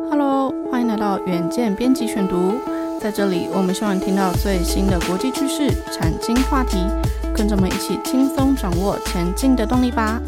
Hello， 欢迎来到远见编辑选读。在这里，我们希望你听到最新的国际趋势、产经话题，跟着我们一起轻松掌握前进的动力吧。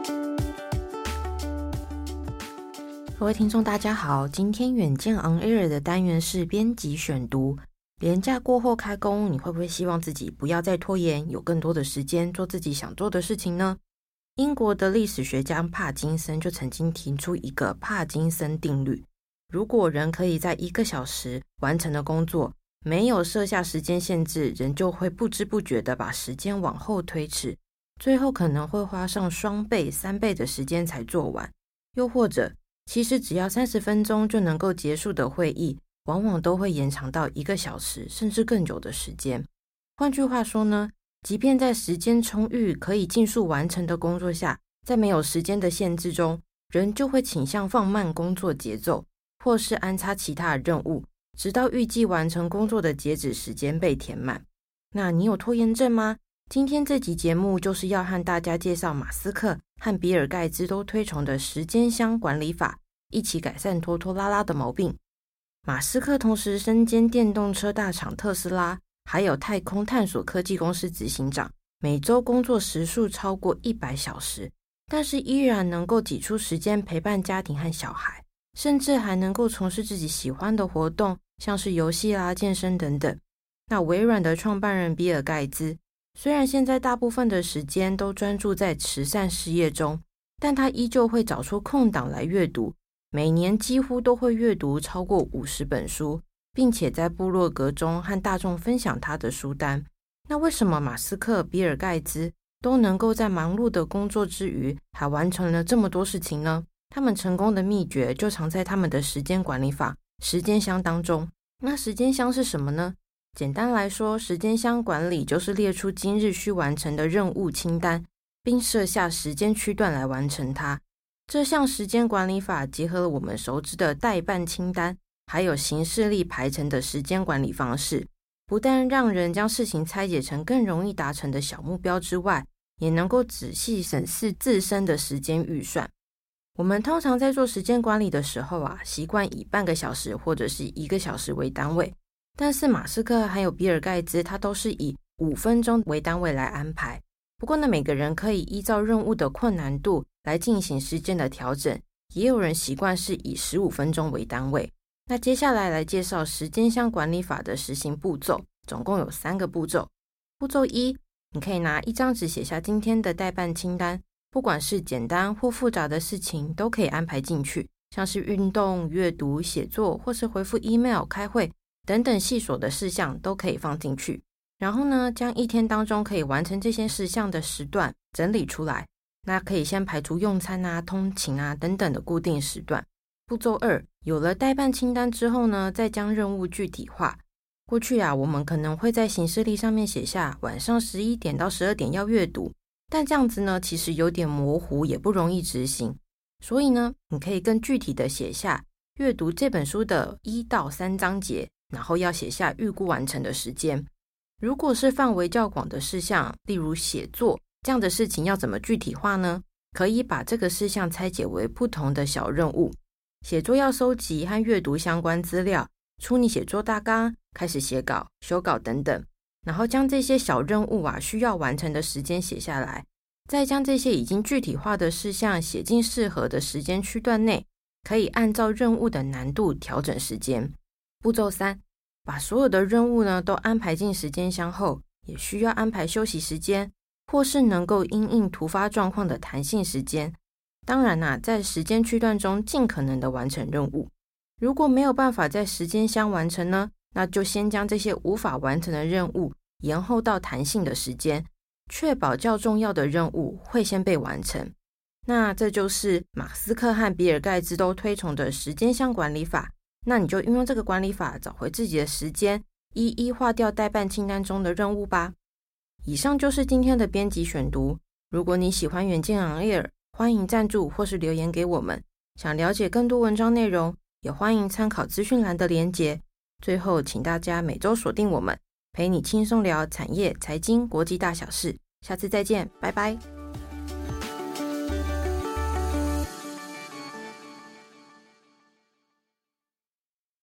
各位听众大家好，今天远见 On Air 的单元是编辑选读。连假过后开工，你会不会希望自己不要再拖延，有更多的时间做自己想做的事情呢？英国的历史学家帕金森就曾经提出一个帕金森定律，如果人可以在1个小时完成的工作，没有设下时间限制，人就会不知不觉地把时间往后推迟，最后可能会花上2倍、3倍的时间才做完。又或者，其实只要30分钟就能够结束的会议，往往都会延长到1个小时甚至更久的时间。换句话说呢，即便在时间充裕可以尽速完成的工作下，在没有时间的限制中，人就会倾向放慢工作节奏，或是安插其他的任务，直到预计完成工作的截止时间被填满。那你有拖延症吗？今天这集节目就是要和大家介绍马斯克和比尔盖茨都推崇的时间箱管理法，一起改善拖拖拉拉的毛病。马斯克同时身兼电动车大厂特斯拉，还有太空探索科技公司执行长，每周工作时数超过100小时，但是依然能够挤出时间陪伴家庭和小孩，甚至还能够从事自己喜欢的活动，像是游戏啦、健身等等。那微软的创办人比尔盖茨，虽然现在大部分的时间都专注在慈善事业中，但他依旧会找出空档来阅读，每年几乎都会阅读超过50本书，并且在部落格中和大众分享他的书单。那为什么马斯克、比尔盖茨都能够在忙碌的工作之余还完成了这么多事情呢？他们成功的秘诀就藏在他们的时间管理法时间箱当中。那时间箱是什么呢？简单来说，时间箱管理就是列出今日需完成的任务清单，并设下时间区段来完成它。这项时间管理法结合了我们熟知的待办清单，还有行事历排程的时间管理方式，不但让人将事情拆解成更容易达成的小目标之外，也能够仔细审视自身的时间预算。我们通常在做时间管理的时候习惯以半个小时或者是1个小时为单位，但是马斯克还有比尔盖茨，他都是以5分钟为单位来安排。不过呢，每个人可以依照任务的困难度来进行时间的调整，也有人习惯是以15分钟为单位。那接下来介绍时间箱管理法的实行步骤，总共有3个步骤。步骤1，你可以拿1张纸写下今天的待办清单，不管是简单或复杂的事情都可以安排进去，像是运动、阅读、写作或是回复 email、开会等等细琐的事项都可以放进去。然后呢，将一天当中可以完成这些事项的时段整理出来，那可以先排除用餐通勤等等的固定时段。步骤2，有了待办清单之后呢，再将任务具体化。过去我们可能会在行事历上面写下晚上11点到12点要阅读，但这样子呢，其实有点模糊，也不容易执行。所以呢，你可以更具体的写下阅读这本书的1到3章节，然后要写下预估完成的时间。如果是范围较广的事项，例如写作，这样的事情要怎么具体化呢？可以把这个事项拆解为不同的小任务。写作要收集和阅读相关资料，出拟写作大纲，开始写稿、修稿等等，然后将这些小任务需要完成的时间写下来，再将这些已经具体化的事项写进适合的时间区段内，可以按照任务的难度调整时间。步骤3，把所有的任务呢都安排进时间箱后，也需要安排休息时间，或是能够因应突发状况的弹性时间。当然在时间区段中尽可能的完成任务。如果没有办法在时间箱完成呢，那就先将这些无法完成的任务延后到弹性的时间，确保较重要的任务会先被完成。那这就是马斯克和比尔盖茨都推崇的时间箱管理法。那你就运用这个管理法找回自己的时间，一一划掉待办清单中的任务吧。以上就是今天的编辑选读。如果你喜欢远见 On Air， 欢迎赞助或是留言给我们。想了解更多文章内容，也欢迎参考资讯栏的连结。最后，请大家每周锁定我们，陪你轻松聊产业、财经、国际大小事。下次再见，拜拜。